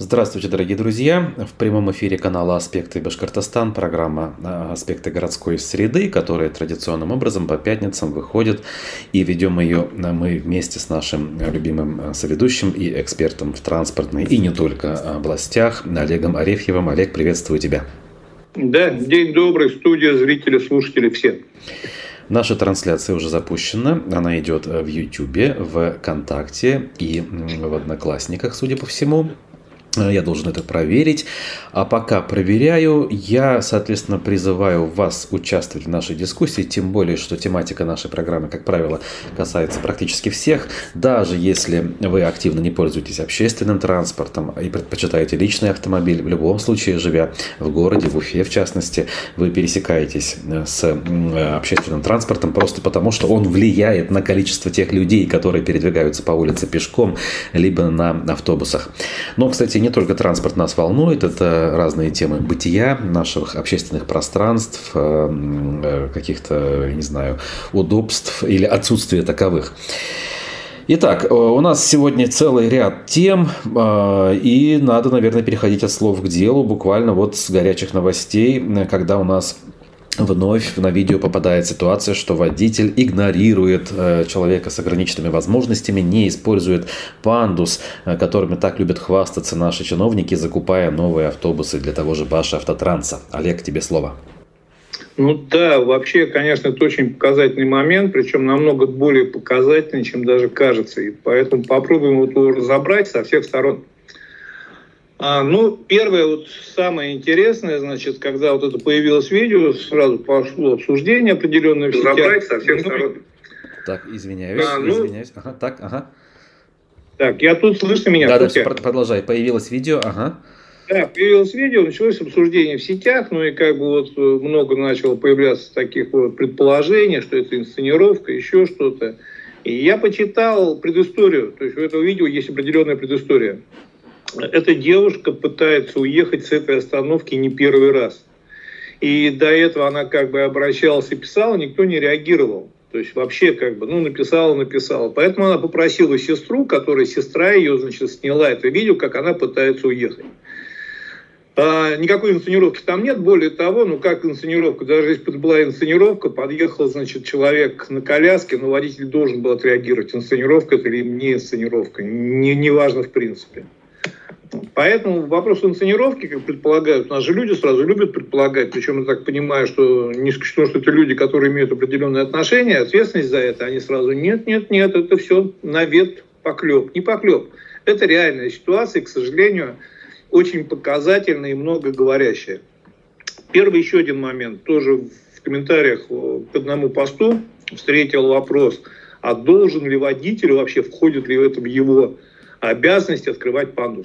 Здравствуйте, дорогие друзья! В прямом эфире канала «Аспекты Башкортостан», программа «Аспекты городской среды», которая традиционным образом по пятницам выходит, и ведем ее мы вместе с нашим любимым соведущим и экспертом в транспортной и не только областях Олегом Арефьевым. Олег, приветствую тебя! Да, день добрый, студия, зрители, слушатели, все. Наша трансляция уже запущена, она идет в Ютубе, в ВКонтакте и в Одноклассниках, судя по всему. Я должен это проверить. А пока проверяю, я, соответственно, призываю вас участвовать в нашей дискуссии, тем более, что тематика нашей программы, как правило, касается практически всех. Даже если вы активно не пользуетесь общественным транспортом и предпочитаете личный автомобиль, в любом случае, живя в городе, в Уфе в частности, вы пересекаетесь с общественным транспортом просто потому, что он влияет на количество тех людей, которые передвигаются по улице пешком, либо на автобусах. Но, кстати, не только транспорт нас волнует, это разные темы бытия наших общественных пространств, каких-то, не знаю, удобств или отсутствия таковых. Итак, у нас сегодня целый ряд тем, и надо, наверное, переходить от слов к делу, буквально вот с горячих новостей, когда у нас вновь на видео попадает ситуация, что водитель игнорирует человека с ограниченными возможностями, не использует пандус, которыми так любят хвастаться наши чиновники, закупая новые автобусы для того же Башавтотранса. Олег, тебе слово. Ну да, вообще, конечно, это очень показательный момент, причем намного более показательный, чем даже кажется. И поэтому попробуем вот его разобрать со всех сторон. Первое, вот самое интересное, значит, когда вот это появилось видео, сразу пошло обсуждение определенное в сетях. Забрать со всех сторон. Так, извиняюсь. Так, я тут, слышно меня? Да, продолжай. Появилось видео, Да, появилось видео, началось обсуждение в сетях, и много начало появляться таких вот предположений, что это инсценировка, еще что-то. И я почитал предысторию, то есть у этого видео есть определенная предыстория. Эта девушка пытается уехать с этой остановки не первый раз. И до этого она обращалась и писала, никто не реагировал. То есть вообще написала. Поэтому она попросила сестру, сестра ее, сняла это видео, как она пытается уехать. Никакой инсценировки там нет. Более того, как инсценировка, даже если бы была инсценировка, подъехал, человек на коляске, но водитель должен был отреагировать, инсценировка это или не инсценировка, не важно в принципе. Поэтому вопрос инсценировки, как предполагают, у нас же люди сразу любят предполагать, причем я так понимаю, что не исключено, что это люди, которые имеют определенные отношения, ответственность за это, они сразу нет, это все навет, поклеп. Не поклеп. Это реальная ситуация, к сожалению, очень показательная и многоговорящая. Первый еще один момент, тоже в комментариях к одному посту встретил вопрос, а должен ли водитель, вообще входит ли это в его обязанности открывать пандус?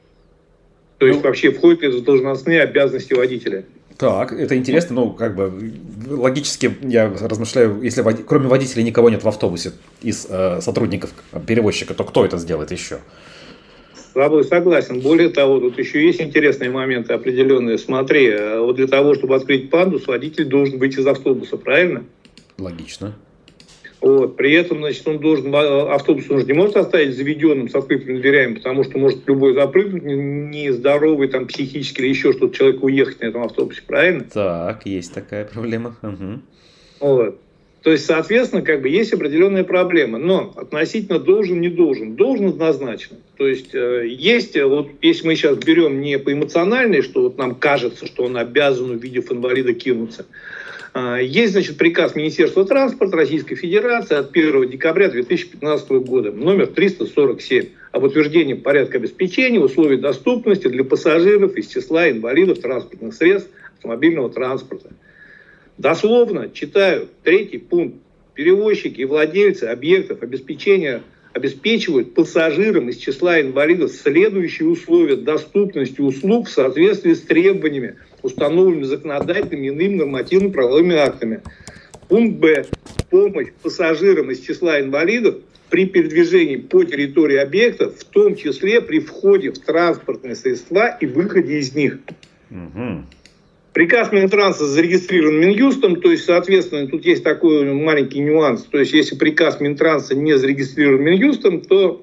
То есть вообще входит ли это в должностные обязанности водителя? Так, это интересно, логически я размышляю, если кроме водителя никого нет в автобусе из сотрудников перевозчика, то кто это сделает еще? С тобой согласен. Более того, тут еще есть интересные моменты определенные. Смотри, вот для того, чтобы открыть пандус, водитель должен выйти из автобуса, правильно? Логично. При этом, автобус он же не может оставить заведенным с открытыми дверями, потому что может любой запрыгнуть, нездоровый, психически или еще что-то, человек уехать на этом автобусе, правильно? Так, есть такая проблема. Угу. То есть, соответственно, есть определенная проблема. Но относительно должен, не должен. Должен однозначно. То есть, если мы сейчас берем не по эмоциональной, что нам кажется, что он обязан, увидев инвалида, кинуться. Есть, приказ Министерства транспорта Российской Федерации от 1 декабря 2015 года, номер 347, об утверждении порядка обеспечения условий доступности для пассажиров из числа инвалидов транспортных средств автомобильного транспорта. Дословно читаю 3 пункт. Перевозчики и владельцы объектов обеспечивают пассажирам из числа инвалидов следующие условия доступности услуг в соответствии с требованиями, установленными законодательными и иными нормативно-правовыми актами. Пункт Б. Помощь пассажирам из числа инвалидов при передвижении по территории объектов, в том числе при входе в транспортные средства и выходе из них. Угу. Приказ Минтранса зарегистрирован Минюстом, то есть, соответственно, тут есть такой маленький нюанс. То есть, если приказ Минтранса не зарегистрирован Минюстом, то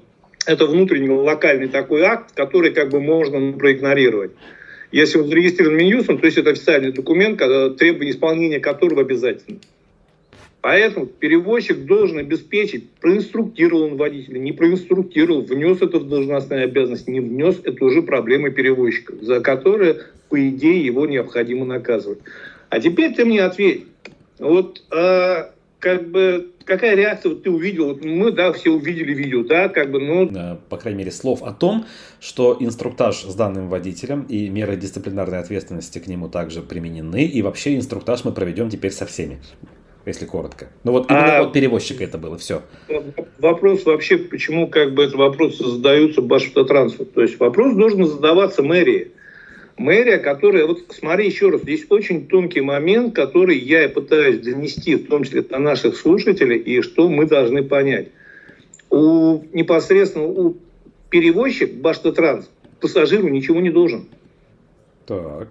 это внутренний локальный такой акт, который как бы можно проигнорировать. Если он зарегистрирован Минюстом, то есть это официальный документ, требование исполнения которого обязательно. Поэтому перевозчик должен обеспечить, проинструктировал он водителя, не проинструктировал, внес это в должностные обязанности, не внес, это уже проблемы перевозчика, за которые, по идее, его необходимо наказывать. А теперь ты мне ответь, вот как бы какая реакция вот ты увидел? Вот мы, да, все увидели видео, да, как бы, ну... По крайней мере, слов о том, что инструктаж с данным водителем и меры дисциплинарной ответственности к нему также применены, и вообще инструктаж мы проведем теперь со всеми, если коротко. Ну вот именно от перевозчика это было, все. Вопрос вообще, почему как бы этот вопрос задаются Башавтотрансу. То есть вопрос должен задаваться мэрии. Мэрия, которая, вот смотри еще раз, здесь очень тонкий момент, который я и пытаюсь донести, в том числе до наших слушателей, и что мы должны понять. Непосредственно у перевозчика Башавтотранс пассажиру ничего не должен. Так.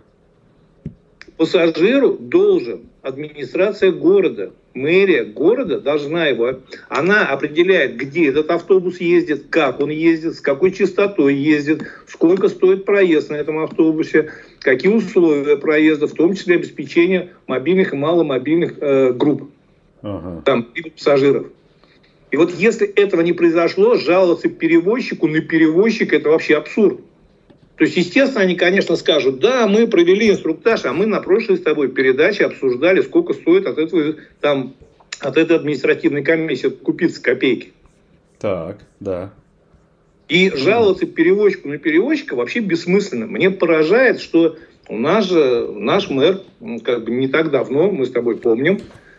Пассажиру должен администрация города, мэрия города должна его, она определяет, где этот автобус ездит, как он ездит, с какой частотой ездит, сколько стоит проезд на этом автобусе, какие условия проезда, в том числе обеспечение мобильных и маломобильных групп, там, и пассажиров. И вот если этого не произошло, жаловаться перевозчику на перевозчика — это вообще абсурд. То есть, естественно, они, конечно, скажут, да, мы провели инструктаж, а мы на прошлой с тобой передаче обсуждали, сколько стоит от этого, там, от этой административной комиссии купиться копейки. Так, да. И жаловаться перевозчику на перевозчика вообще бессмысленно. Мне поражает, что у нас же наш мэр, как бы не так давно, мы с тобой помним,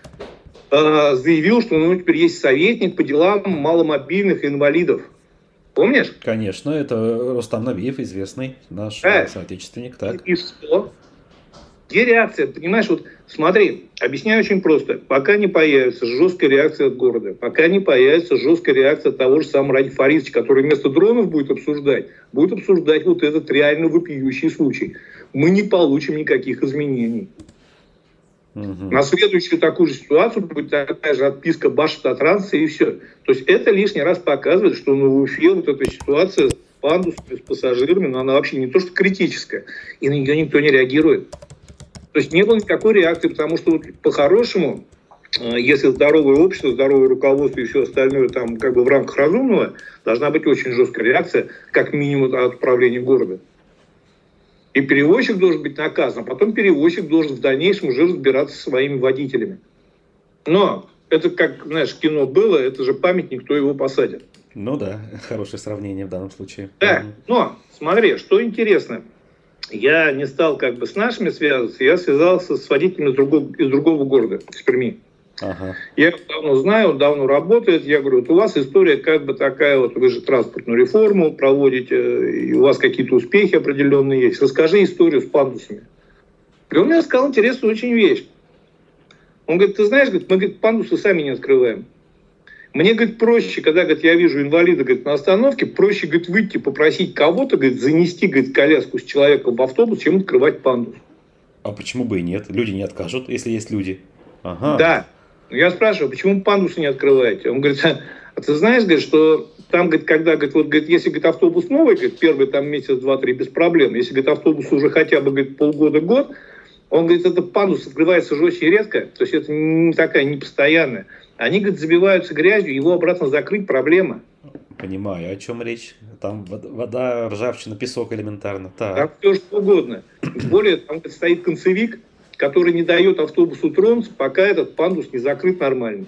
заявил, что у него теперь есть советник по делам маломобильных инвалидов. Помнишь? Конечно, это Рустам Набиев, известный наш соотечественник. Так. И что? Где реакция? Понимаешь, вот смотри, объясняю очень просто. Пока не появится жесткая реакция от города, пока не появится жесткая реакция от того же самого Ради Фаридовича, который вместо дронов будет обсуждать вот этот реально вопиющий случай, мы не получим никаких изменений. На следующую такую же ситуацию будет такая же отписка Башавтотранса и все. То есть это лишний раз показывает, что в Уфе вот эта ситуация с пандусами, с пассажирами, но она вообще не то что критическая, и на нее никто не реагирует. То есть не было никакой реакции, потому что вот по-хорошему, если здоровое общество, здоровое руководство и все остальное там как бы в рамках разумного, должна быть очень жесткая реакция, как минимум от управления города. И перевозчик должен быть наказан, а потом перевозчик должен в дальнейшем уже разбираться со своими водителями. Но это, как, знаешь, кино было, это же памятник, кто его посадит. Ну да, хорошее сравнение в данном случае. Да, но смотри, что интересно. Я не стал как бы с нашими связываться, я связался с водителем из другого города, из Перми. Я его давно знаю, он давно работает. Я говорю, вот у вас история как бы такая, вот вы же транспортную реформу проводите, и у вас какие-то успехи определенные есть. Расскажи историю с пандусами. И он мне сказал интересную очень вещь. Он говорит, ты знаешь, говорит, мы говорит, пандусы сами не открываем. Мне, говорит, проще, когда, говорит, я вижу инвалида, говорит, на остановке, проще, говорит, выйти, попросить кого-то, говорит, занести, говорит, коляску с человеком в автобус, чем открывать пандус. А почему бы и нет? Люди не откажут, если есть люди. Да. Я спрашиваю, почему пандусы не открываете? Он говорит, а ты знаешь, говорит, что там, говорит, когда, говорит, вот, говорит, если, говорит, автобус новый, говорит, первый там месяц, два, три без проблем. Если, говорит, автобус уже хотя бы, говорит, полгода-год, он говорит, этот пандус открывается же очень редко, то есть это не такая непостоянная. Они, говорит, забиваются грязью, его обратно закрыть проблема. Понимаю, о чем речь. Там вода, ржавчина, песок элементарно. Там все что угодно. Более, там стоит концевик, который не дает автобусу тронуться, пока этот пандус не закрыт нормально.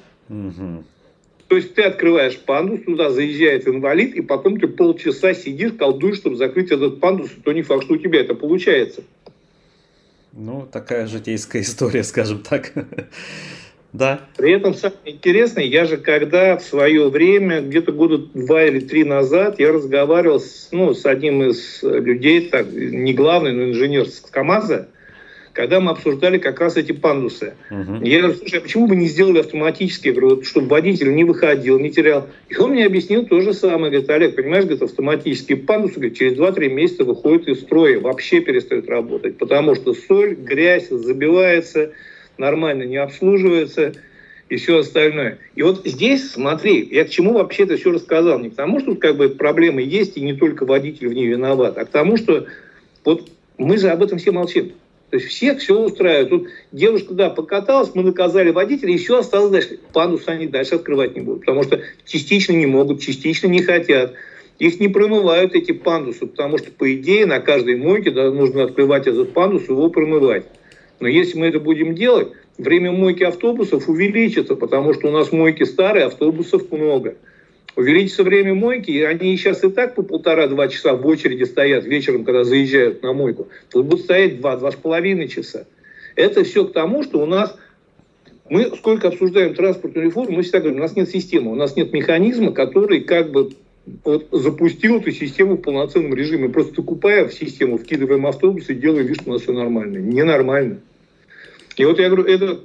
То есть ты открываешь пандус, туда заезжает инвалид, и потом ты полчаса сидишь, колдуешь, чтобы закрыть этот пандус, и то не факт, что у тебя это получается. Ну, такая житейская история, скажем так. Да. При этом самое интересное, я же когда в свое время, где-то года 2 или 3 назад, я разговаривал с одним из людей, так, не главный, но инженер с КамАЗа, когда мы обсуждали как раз эти пандусы. Я говорю, слушай, а почему бы не сделали автоматически, вот, чтобы водитель не выходил, не терял. И он мне объяснил то же самое. Говорит, Олег, понимаешь, говорит, автоматические пандусы, говорит, через 2-3 месяца выходят из строя, вообще перестают работать, потому что соль, грязь забивается, нормально не обслуживается. и все остальное. И вот здесь, смотри, я к чему вообще это все рассказал. Не к тому, что как бы проблемы есть, и не только водитель в ней виноват, а к тому, что вот мы же об этом все молчим. То есть всех все устраивает. Тут девушка, да, покаталась, мы наказали водителя, и все осталось дальше. Пандус они дальше открывать не будут, потому что частично не могут, частично не хотят. Их не промывают, эти пандусы, потому что, по идее, на каждой мойке нужно открывать этот пандус и его промывать. Но если мы это будем делать, время мойки автобусов увеличится, потому что у нас мойки старые, автобусов много. Увеличится время мойки, и они сейчас и так по 1,5-2 часа в очереди стоят вечером, когда заезжают на мойку. Тут будут стоять 2-2,5 часа. Это все к тому, что у нас... Мы сколько обсуждаем транспортную реформу, мы всегда говорим, у нас нет системы, у нас нет механизма, который как бы вот запустил эту систему в полноценном режиме. Просто закупая в систему, вкидываем автобусы и делаем вид, что у нас все нормально. Ненормально. И вот я говорю, это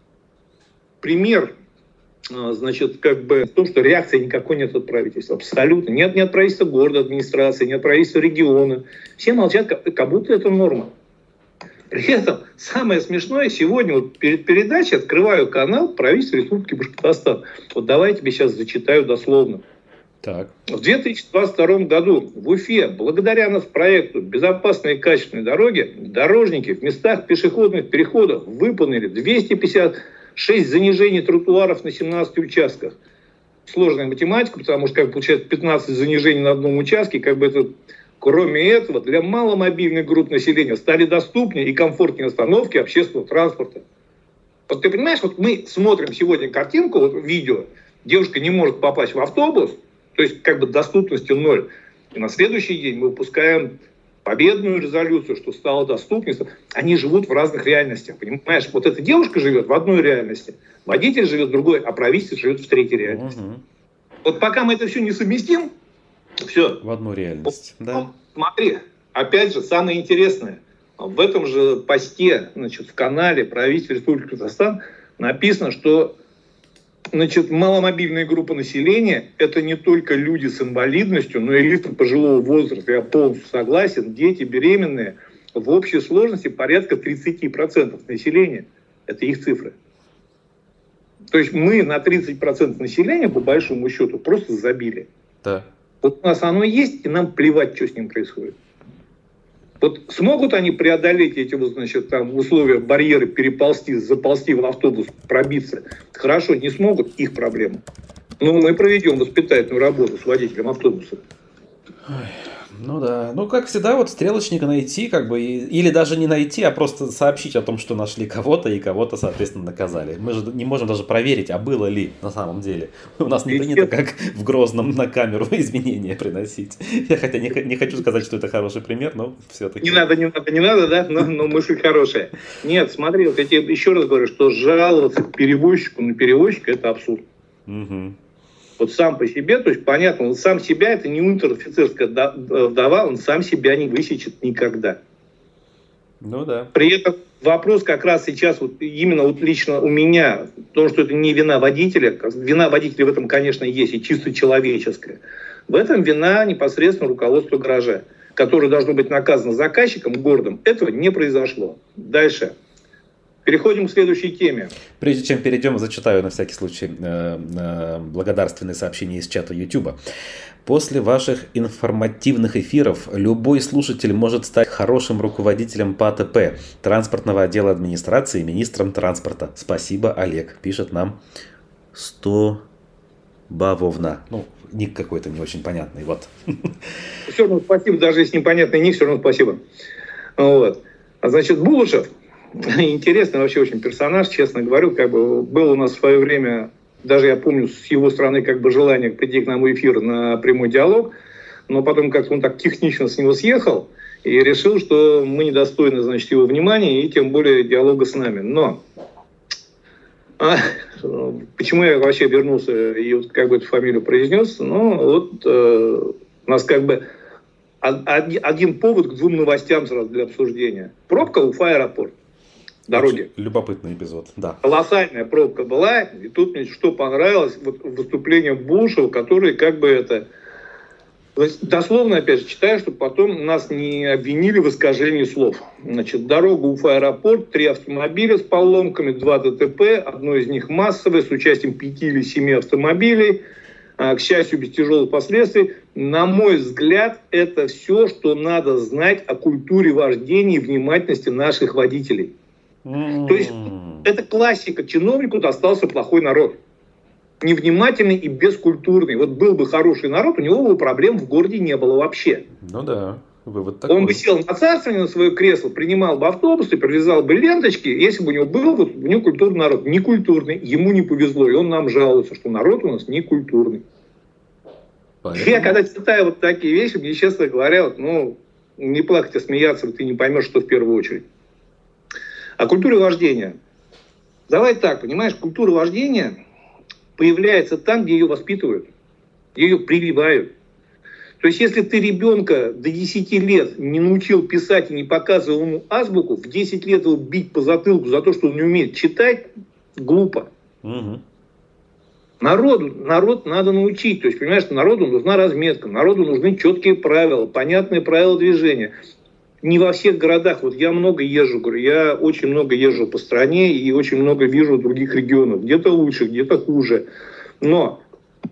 пример, значит, как бы в том, что реакции никакой нет от правительства. Абсолютно. Нет ни от правительства города, администрации, ни от правительства региона. Все молчат, как будто это норма. При этом самое смешное, сегодня вот перед передачей открываю канал правительства Республики Башкортостан. Вот давай я тебе сейчас зачитаю дословно. Так. В 2022 году в Уфе, благодаря проекту «Безопасные и качественные дороги», дорожники в местах пешеходных переходов выполнили 256 занижений тротуаров на 17 участках. Сложная математика, потому что, как получается, 15 занижений на одном участке, как бы это... Кроме этого, для маломобильных групп населения стали доступнее и комфортнее остановки общественного транспорта. Вот ты понимаешь, вот мы смотрим сегодня картинку, вот видео, девушка не может попасть в автобус, то есть как бы доступности ноль. И на следующий день мы выпускаем победную резолюцию, что стало доступнее. Они живут в разных реальностях, понимаешь? Вот эта девушка живет в одной реальности, водитель живет в другой, а правительство живет в третьей реальности. Вот пока мы это все не совместим, все. В одну реальность, да. Смотри, опять же, самое интересное. В этом же посте, значит, в канале правительства Республики Казахстан написано, что, значит, маломобильная группа населения – это не только люди с инвалидностью, но и лица пожилого возраста. Я полностью согласен. Дети, беременные. В общей сложности порядка 30% населения. Это их цифры. То есть мы на 30% населения, по большому счету, просто забили. Да. Вот у нас оно есть, и нам плевать, что с ним происходит. Вот смогут они преодолеть эти вот, значит, там, условия, барьеры, переползти, заползти в автобус, пробиться? Хорошо, не смогут, их проблема. Но мы проведем воспитательную работу с водителем автобуса. Ну да, ну как всегда, вот стрелочника найти, как бы, или даже не найти, а просто сообщить о том, что нашли кого-то и кого-то, соответственно, наказали. Мы же не можем даже проверить, а было ли на самом деле. У нас не принято, как в Грозном, на камеру изменения приносить. Я хотя не хочу сказать, что это хороший пример, но все-таки. Не надо, да, но мысль хорошая. Нет, смотри, вот я тебе еще раз говорю, что жаловаться перевозчику на перевозчика – это абсурд. Угу. Вот сам по себе, то есть понятно, он сам себя, это не унтер-офицерская вдова, он сам себя не высечет никогда. Ну да. При этом вопрос как раз сейчас, вот именно вот лично у меня, то, что это не вина водителя, вина водителя в этом, конечно, есть, и чисто человеческая. В этом вина непосредственно руководства гаража, которое должно быть наказано заказчиком, городом. Этого не произошло. Дальше. Переходим к следующей теме. Прежде чем перейдем, зачитаю на всякий случай благодарственные сообщения из чата YouTube. После ваших информативных эфиров любой слушатель может стать хорошим руководителем по АТП, транспортного отдела администрации, министром транспорта. Спасибо, Олег. Пишет нам 100 Бавовна. Ну, ник какой-то не очень понятный. Вот. Все равно спасибо, даже если непонятный ник, все равно спасибо. Вот. А значит, Булышев. Интересный вообще очень персонаж, честно говорю, как бы был у нас в свое время, даже я помню с его стороны как бы желание прийти к нам в эфир на прямой диалог, но потом как-то он так технично с него съехал и решил, что мы недостойны, значит, его внимания и тем более диалога с нами. Но почему я вообще вернулся и вот как бы эту фамилию произнес? Ну вот у нас как бы один повод к двум новостям сразу для обсуждения. Пробка Уфа-аэропорт. Дороги. Любопытный эпизод, да. Колоссальная пробка была, и тут мне что понравилось, вот выступление Булышева, который как бы это Дословно, опять же, читаю, чтобы потом нас не обвинили в искажении слов. Значит, дорога Уфа-аэропорт, 3 автомобиля с поломками, 2 ДТП, одно из них массовое, с участием 5 или 7 автомобилей, к счастью, без тяжелых последствий. На мой взгляд, это все, что надо знать о культуре вождения и внимательности наших водителей. То есть, это классика. Чиновнику достался плохой народ. Невнимательный и бескультурный. Вот был бы хороший народ, у него бы проблем в городе не было вообще. Ну да, вывод такой. Он бы сел на царствование, на свое кресло, принимал бы автобусы, привязал бы ленточки, если бы у него был, вот, у него культурный народ. Некультурный, ему не повезло, и он нам жалуется, что народ у нас некультурный. Поэтому... Я когда читаю вот такие вещи, мне, честно говоря, вот, ну, не плакать, а смеяться, ты не поймешь, что в первую очередь. О культуре вождения. Давай так, понимаешь, культура вождения появляется там, где ее воспитывают, где ее прививают. То есть, если ты ребенка до 10 лет не научил писать и не показывал ему азбуку, в 10 лет его бить по затылку за то, что он не умеет читать, глупо. Угу. Народ надо научить. То есть, понимаешь, что народу нужна разметка, народу нужны четкие правила, понятные правила движения. Не во всех городах. Вот я много езжу, говорю, я очень много езжу по стране и очень много вижу других регионов. Где-то лучше, где-то хуже. Но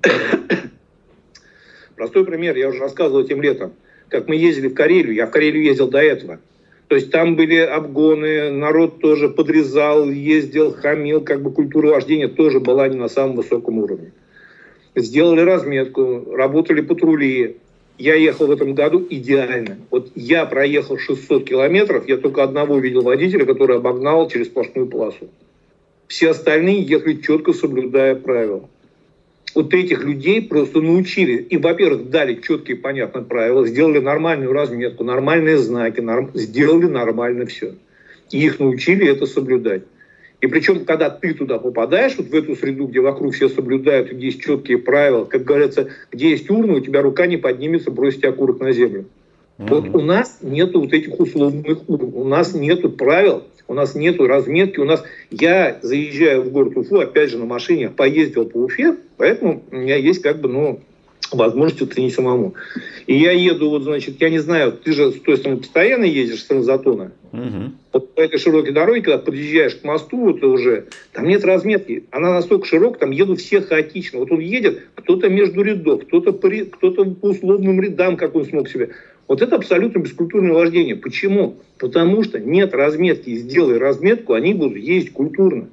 простой пример, я уже рассказывал этим летом, как мы ездили в Карелию. Я в Карелию ездил до этого. То есть там были обгоны, народ тоже подрезал, ездил, хамил, как бы культура вождения тоже была не на самом высоком уровне. Сделали разметку, работали патрули. Я ехал в этом году идеально. Вот я проехал 600 километров, я только одного видел водителя, который обогнал через сплошную полосу. Все остальные ехали четко, соблюдая правила. Вот этих людей просто научили. И, во-первых, дали четкие, понятные правила, сделали нормальную разметку, нормальные знаки, сделали нормально все. И их научили это соблюдать. И причем, когда ты туда попадаешь, вот в эту среду, где вокруг все соблюдают, где есть четкие правила, как говорится, где есть урна, у тебя рука не поднимется бросить окурок на землю. Вот у нас нету вот этих условных урн, у нас нету правил, у нас нету разметки, у нас... Я заезжаю в город Уфу, опять же, на машине, поездил по Уфе, поэтому у меня есть как бы, ну, возможность оценить самому. И я еду, вот, значит, я не знаю, ты же с той стороны постоянно ездишь, с Затона. Вот по этой широкой дороге, когда подъезжаешь к мосту, вот уже, там нет разметки. Она настолько широкая, там едут все хаотично. Вот он едет, кто-то между рядов, кто-то по условным рядам, как он смог себе. Вот это абсолютно бескультурное вождение. Почему? Потому что нет разметки. Сделай разметку, они будут ездить культурно.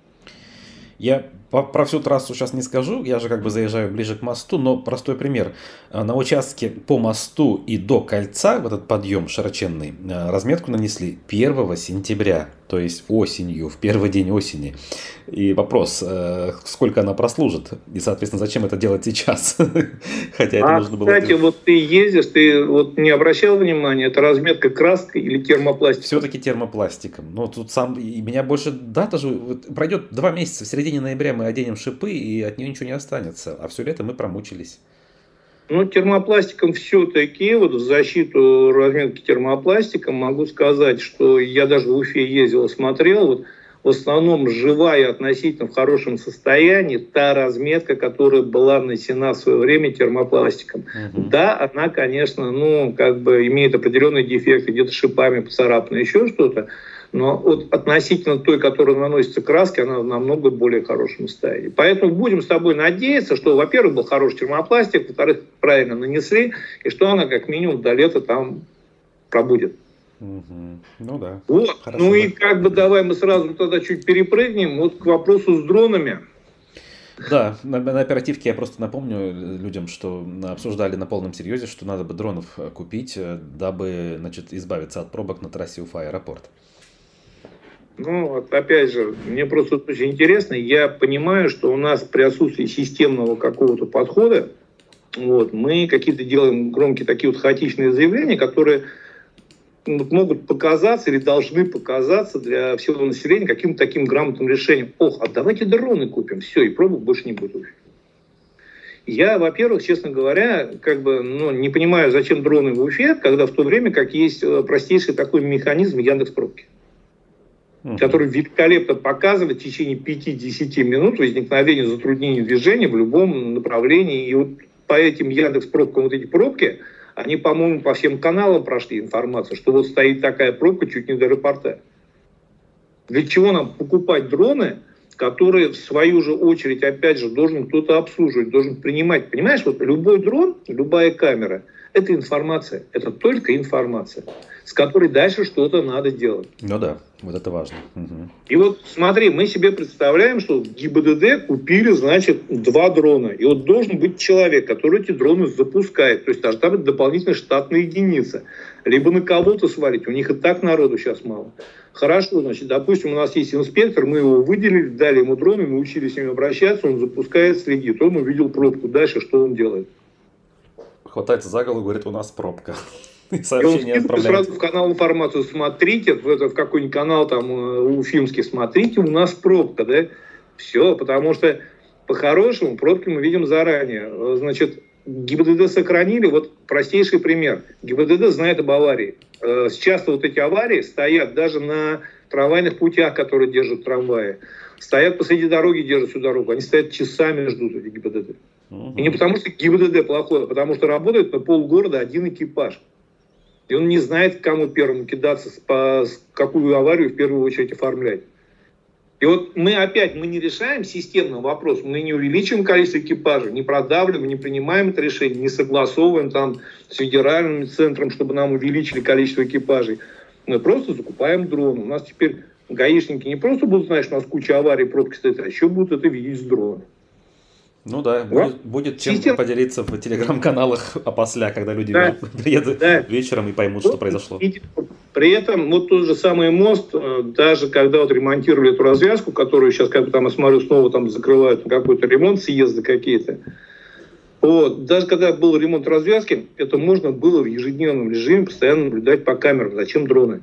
Я про всю трассу сейчас не скажу, я же как бы заезжаю ближе к мосту, но простой пример. На участке по мосту и до кольца, в этот подъем широченный, разметку нанесли 1 сентября, то есть осенью, в первый день осени. И вопрос, сколько она прослужит? И, соответственно, зачем это делать сейчас? Хотя это нужно было... Кстати, вот ты ездишь, ты вот не обращал внимания, это разметка краской или термопластиком? Все-таки термопластиком. Но тут сам... И меня больше дата же... Вот, пройдет 2 месяца, в середине ноября мы оденем шипы, и от нее ничего не останется. А все лето мы промучились. Ну, термопластиком все-таки, вот в защиту разметки термопластиком могу сказать, что я даже в Уфе ездил и смотрел, вот в основном живая, относительно в хорошем состоянии, та разметка, которая была нанесена в свое время термопластиком. Да, она, конечно, ну, как бы имеет определенные дефекты, где-то шипами поцарапана, еще что-то, но вот относительно той, которая наносится краской, она в намного более хорошем состоянии. Поэтому будем с тобой надеяться, что, во-первых, был хороший термопластик, во-вторых, правильно нанесли, и что она как минимум до лета там пробудет. Ну да. Вот. Хорошо, ну да. и как бы давай мы сразу тогда чуть перепрыгнем вот к вопросу с дронами. Да, на оперативке я просто напомню людям, что обсуждали на полном серьезе, что надо бы дронов купить, дабы, значит, избавиться от пробок на трассе Уфа-аэропорт. Ну, вот опять же, мне просто очень интересно, я понимаю, что у нас при отсутствии системного какого-то подхода, вот, мы какие-то делаем громкие такие вот хаотичные заявления, которые могут показаться или должны показаться для всего населения каким-то таким грамотным решением. Ох, а давайте дроны купим, все, и пробок больше не будет. Я, во-первых, честно говоря, как бы, ну, не понимаю, зачем дроны в Уфе, когда в то время как есть простейший такой механизм Яндекс.Пробки, который великолепно показывает в течение 5-10 минут возникновение затруднений движения в любом направлении. И вот по этим Яндекс.Пробкам вот эти пробки, Они, по-моему, по всем каналам прошли информацию, что вот стоит такая пробка чуть не до аэропорта. Для чего нам покупать дроны, которые, в свою же очередь, опять же, должен кто-то обслуживать, должен принимать? Понимаешь, вот любой дрон, любая камера – это информация, это только информация, с которой дальше что-то надо делать. Ну да, вот это важно. Угу. И вот смотри, мы себе представляем, что в ГИБДД купили, значит, 2 дрона. И вот должен быть человек, который эти дроны запускает. То есть должна быть дополнительная штатная единица. Либо на кого-то свалить. У них и так народу сейчас мало. Хорошо, значит, допустим, у нас есть инспектор, мы его выделили, дали ему дроны, мы учились с ним обращаться, он запускает, следит. Он увидел пробку. Дальше что он делает? Хватается за голову, говорит, у нас пробка. И сообщение отправляет. Сразу в канал информацию смотрите, в какой-нибудь канал там уфимский, смотрите, у нас пробка, да? Все, потому что по-хорошему пробки мы видим заранее. Значит, ГИБДД сохранили, вот простейший пример. ГИБДД знает об аварии. Часто вот эти аварии стоят даже на трамвайных путях, которые держат трамваи. Стоят посреди дороги, держат всю дорогу. Они стоят часами, ждут эти ГИБДД. И не потому что ГИБДД плохое, а потому что работает на полгорода один экипаж. И он не знает, к кому первому кидаться, какую аварию в первую очередь оформлять. И вот мы не решаем системный вопрос, мы не увеличиваем количество экипажей, не продавливаем, не принимаем это решение, не согласовываем там с федеральным центром, чтобы нам увеличили количество экипажей. Мы просто закупаем дроны. У нас теперь гаишники не просто будут знать, что у нас куча аварий, пробки стоит, а еще будут это видеть с дрона. Ну да, будет чем поделиться в телеграм-каналах опосля, когда люди приедут вечером и поймут, что произошло. При этом вот тот же самый мост, даже когда вот ремонтировали эту развязку, которую сейчас, как бы там, я смотрю, снова там закрывают на какой-то ремонт, съезды какие-то. Вот, даже когда был ремонт развязки, это можно было в ежедневном режиме постоянно наблюдать по камерам. Зачем дроны?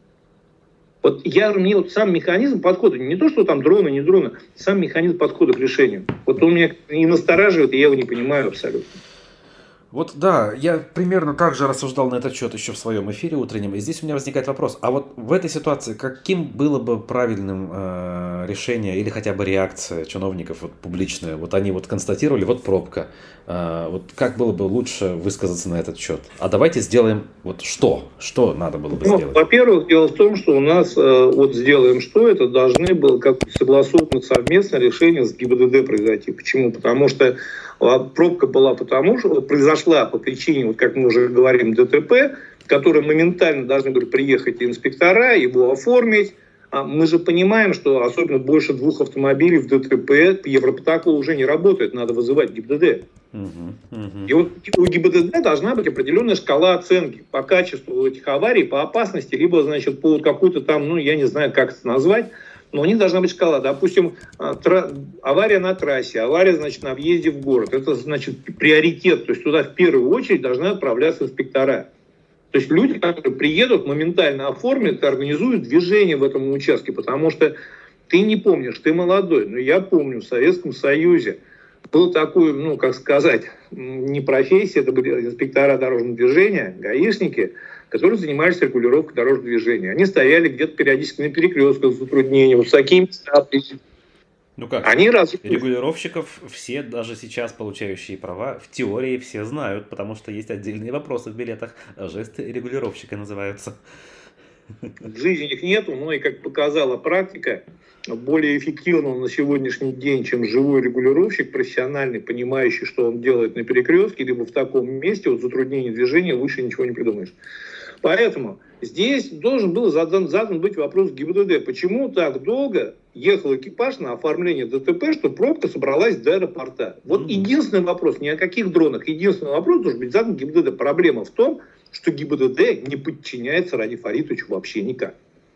Вот мне вот сам механизм подхода, не то, что там дроны, не дроны, сам механизм подхода к решению. Вот он меня и настораживает, и я его не понимаю абсолютно. Вот да, я примерно так же рассуждал на этот счет еще в своем эфире утреннем, и здесь у меня возникает вопрос, а вот в этой ситуации каким было бы правильным решение или хотя бы реакция чиновников вот, публичная? Вот они вот констатировали, вот пробка, вот как было бы лучше высказаться на этот счет? А давайте сделаем вот что надо было бы сделать? Во-первых, дело в том, что у нас вот сделаем что, это должны было как-то согласовано совместно решение с ГИБДД произойти. Почему? Потому что пробка была произошла по причине, вот как мы уже говорим, ДТП, в котором моментально должны были приехать инспектора, его оформить. А мы же понимаем, что особенно больше 2 автомобилей в ДТП Европротокол уже не работает, надо вызывать ГИБДД. И вот у ГИБДД должна быть определенная шкала оценки по качеству этих аварий, по опасности, либо, значит, по какой-то там, я не знаю, как это назвать, но у них должна быть шкала. Допустим, авария на трассе, авария, значит, на въезде в город. Это, значит, приоритет. То есть туда в первую очередь должны отправляться инспектора. То есть люди, которые приедут, моментально оформят и организуют движение в этом участке. Потому что ты не помнишь, ты молодой. Но я помню, в Советском Союзе был такой, как сказать, не профессия, это были инспектора дорожного движения, гаишники, которые занимались регулировкой дорожного движения. Они стояли где-то периодически на перекрестках с затруднением, в такие места. Ну как, регулировщиков все, даже сейчас получающие права, в теории все знают, потому что есть отдельные вопросы в билетах, жесты регулировщика называются. В жизни их нету, но и как показала практика, более эффективного на сегодняшний день, чем живой регулировщик, профессиональный, понимающий, что он делает на перекрестке, либо в таком месте, вот затруднение движения, лучше ничего не придумаешь. Поэтому здесь должен был задан быть вопрос ГИБДД. Почему так долго ехал экипаж на оформление ДТП, что пробка собралась до аэропорта? Вот единственный вопрос, ни о каких дронах, единственный вопрос должен быть задан ГИБДД. Проблема в том, что ГИБДД не подчиняется Ради Фаритовичу вообще никак.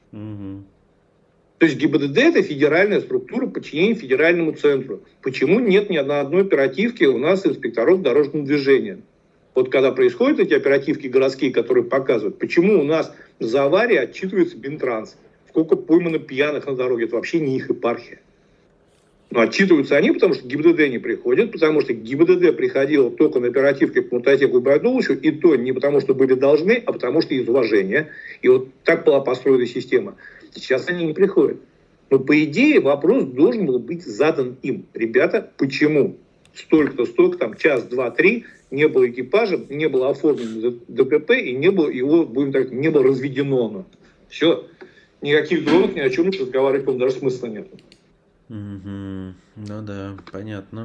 То есть ГИБДД – это федеральная структура подчинения федеральному центру. Почему нет ни одной оперативки у нас инспекторов дорожного движения? Вот когда происходят эти оперативки городские, которые показывают, почему у нас за аварии отчитывается Минтранс, сколько поймано пьяных на дороге, это вообще не их епархия. Но отчитываются они, потому что ГИБДД не приходит, потому что ГИБДД приходило только на оперативке к Мутатеку и Байдулычу, и то не потому, что были должны, а потому что из уважения. И вот так была построена система. Сейчас они не приходят. Но по идее вопрос должен был быть задан им. Ребята, почему? столько-то, столько, там, час, два, три, не было экипажа, не было оформлено ДПП, и не было его, будем так, не было разведено. Все. Никаких дронов, ни о чем разговаривать, по-моему, даже смысла нет. Ну да, понятно.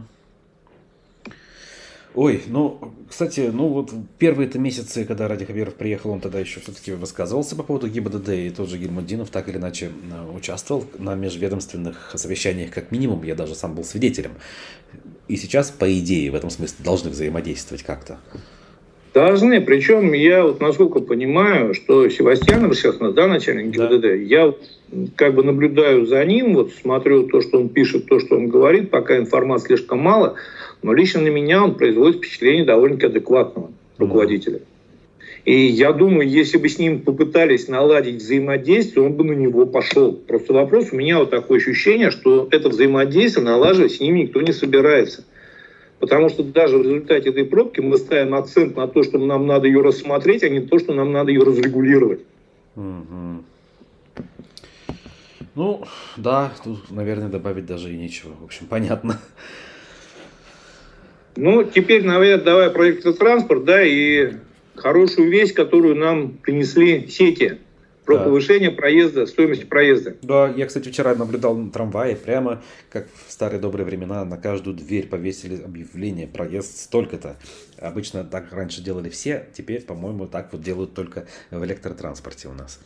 Ой, ну, кстати, ну вот первые-то месяцы, когда Ради Хабиров приехал, он тогда еще все-таки высказывался по поводу ГИБДД, и тот же Гильмутдинов так или иначе участвовал на межведомственных совещаниях, как минимум, я даже сам был свидетелем. И сейчас, по идее, в этом смысле должны взаимодействовать как-то. Должны, причем я вот насколько понимаю, что Севастьянов сейчас, да, начальник ГИБДД, да. Я как бы наблюдаю за ним, вот смотрю то, что он пишет, то, что он говорит, пока информации слишком мало, но лично на меня он производит впечатление довольно-таки адекватного руководителя. И я думаю, если бы с ним попытались наладить взаимодействие, он бы на него пошел. Просто вопрос, у меня вот такое ощущение, что это взаимодействие налаживать с ним никто не собирается. Потому что даже в результате этой пробки мы ставим акцент на то, что нам надо ее рассмотреть, а не то, что нам надо ее разрегулировать. Ну, да, тут, наверное, добавить даже и нечего. В общем, понятно. Ну, теперь, наверное, давай про электротранспорт, да, и хорошую весть, которую нам принесли сети. Про повышение проезда, стоимости проезда. Да, я, кстати, вчера наблюдал на трамвае, прямо как в старые добрые времена, на каждую дверь повесили объявление «проезд столько-то». Обычно так раньше делали все, теперь, по-моему, так вот делают только в электротранспорте у нас.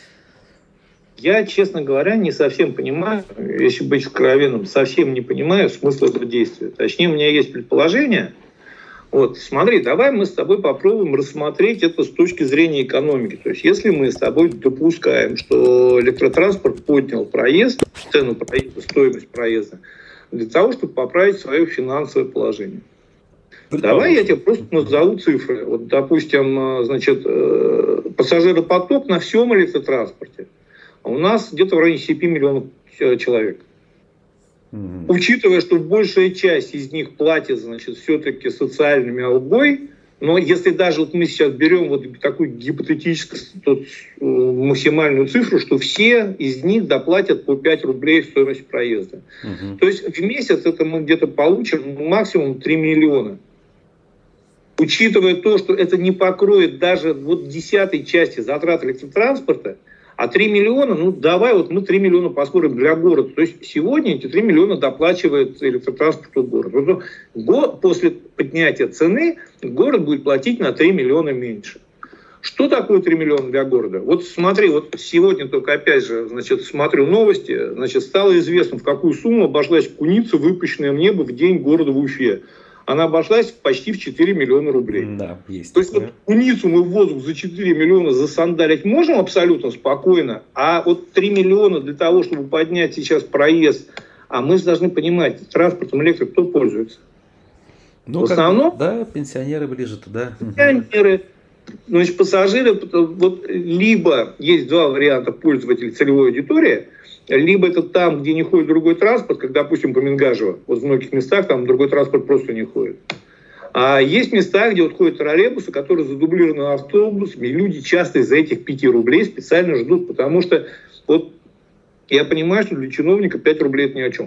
Я, честно говоря, не совсем понимаю, если быть откровенным, совсем не понимаю смысла этого действия. Точнее, у меня есть предположение. Вот, смотри, давай мы с тобой попробуем рассмотреть это с точки зрения экономики. То есть, если мы с тобой допускаем, что электротранспорт поднял проезд, цену проезда, стоимость проезда, для того, чтобы поправить свое финансовое положение. Давай я тебе просто назову цифры. Вот, допустим, значит, пассажиропоток на всем электротранспорте у нас где-то в районе 7 миллионов человек. Учитывая, что большая часть из них платит, значит, все-таки социальными алгой, но если даже вот мы сейчас берем вот такую гипотетическую максимальную цифру, что все из них доплатят по 5 рублей в стоимость проезда. То есть в месяц это мы где-то получим максимум 3 миллиона. Учитывая то, что это не покроет даже вот 10-й части затрат электротранспорта, а 3 миллиона, ну давай вот мы 3 миллиона посмотрим для города. То есть сегодня эти 3 миллиона доплачивает электротранспорту город. Вот после поднятия цены город будет платить на 3 миллиона меньше. Что такое 3 миллиона для города? Вот смотри, вот сегодня только опять же, значит, смотрю новости, значит, стало известно, в какую сумму обошлась куница, выпущенная в небо в день города в Уфе. Она обошлась почти в 4 миллиона рублей. Да, есть. То есть вот куницу мы в воздух за 4 миллиона засандалить можем абсолютно спокойно, а вот 3 миллиона для того, чтобы поднять сейчас проезд, а мы же должны понимать, транспортом электрик кто пользуется? Ну, в основном? Да, пенсионеры ближе туда. Пенсионеры, значит, пассажиры, вот либо есть два варианта пользователей целевой аудитории, либо это там, где не ходит другой транспорт, как, допустим, по Мингажево. Вот в многих местах там другой транспорт просто не ходит. А есть места, где вот ходят троллейбусы, которые задублированы автобусами, и люди часто из-за этих 5 рублей специально ждут, потому что вот я понимаю, что для чиновника 5 рублей это ни о чем.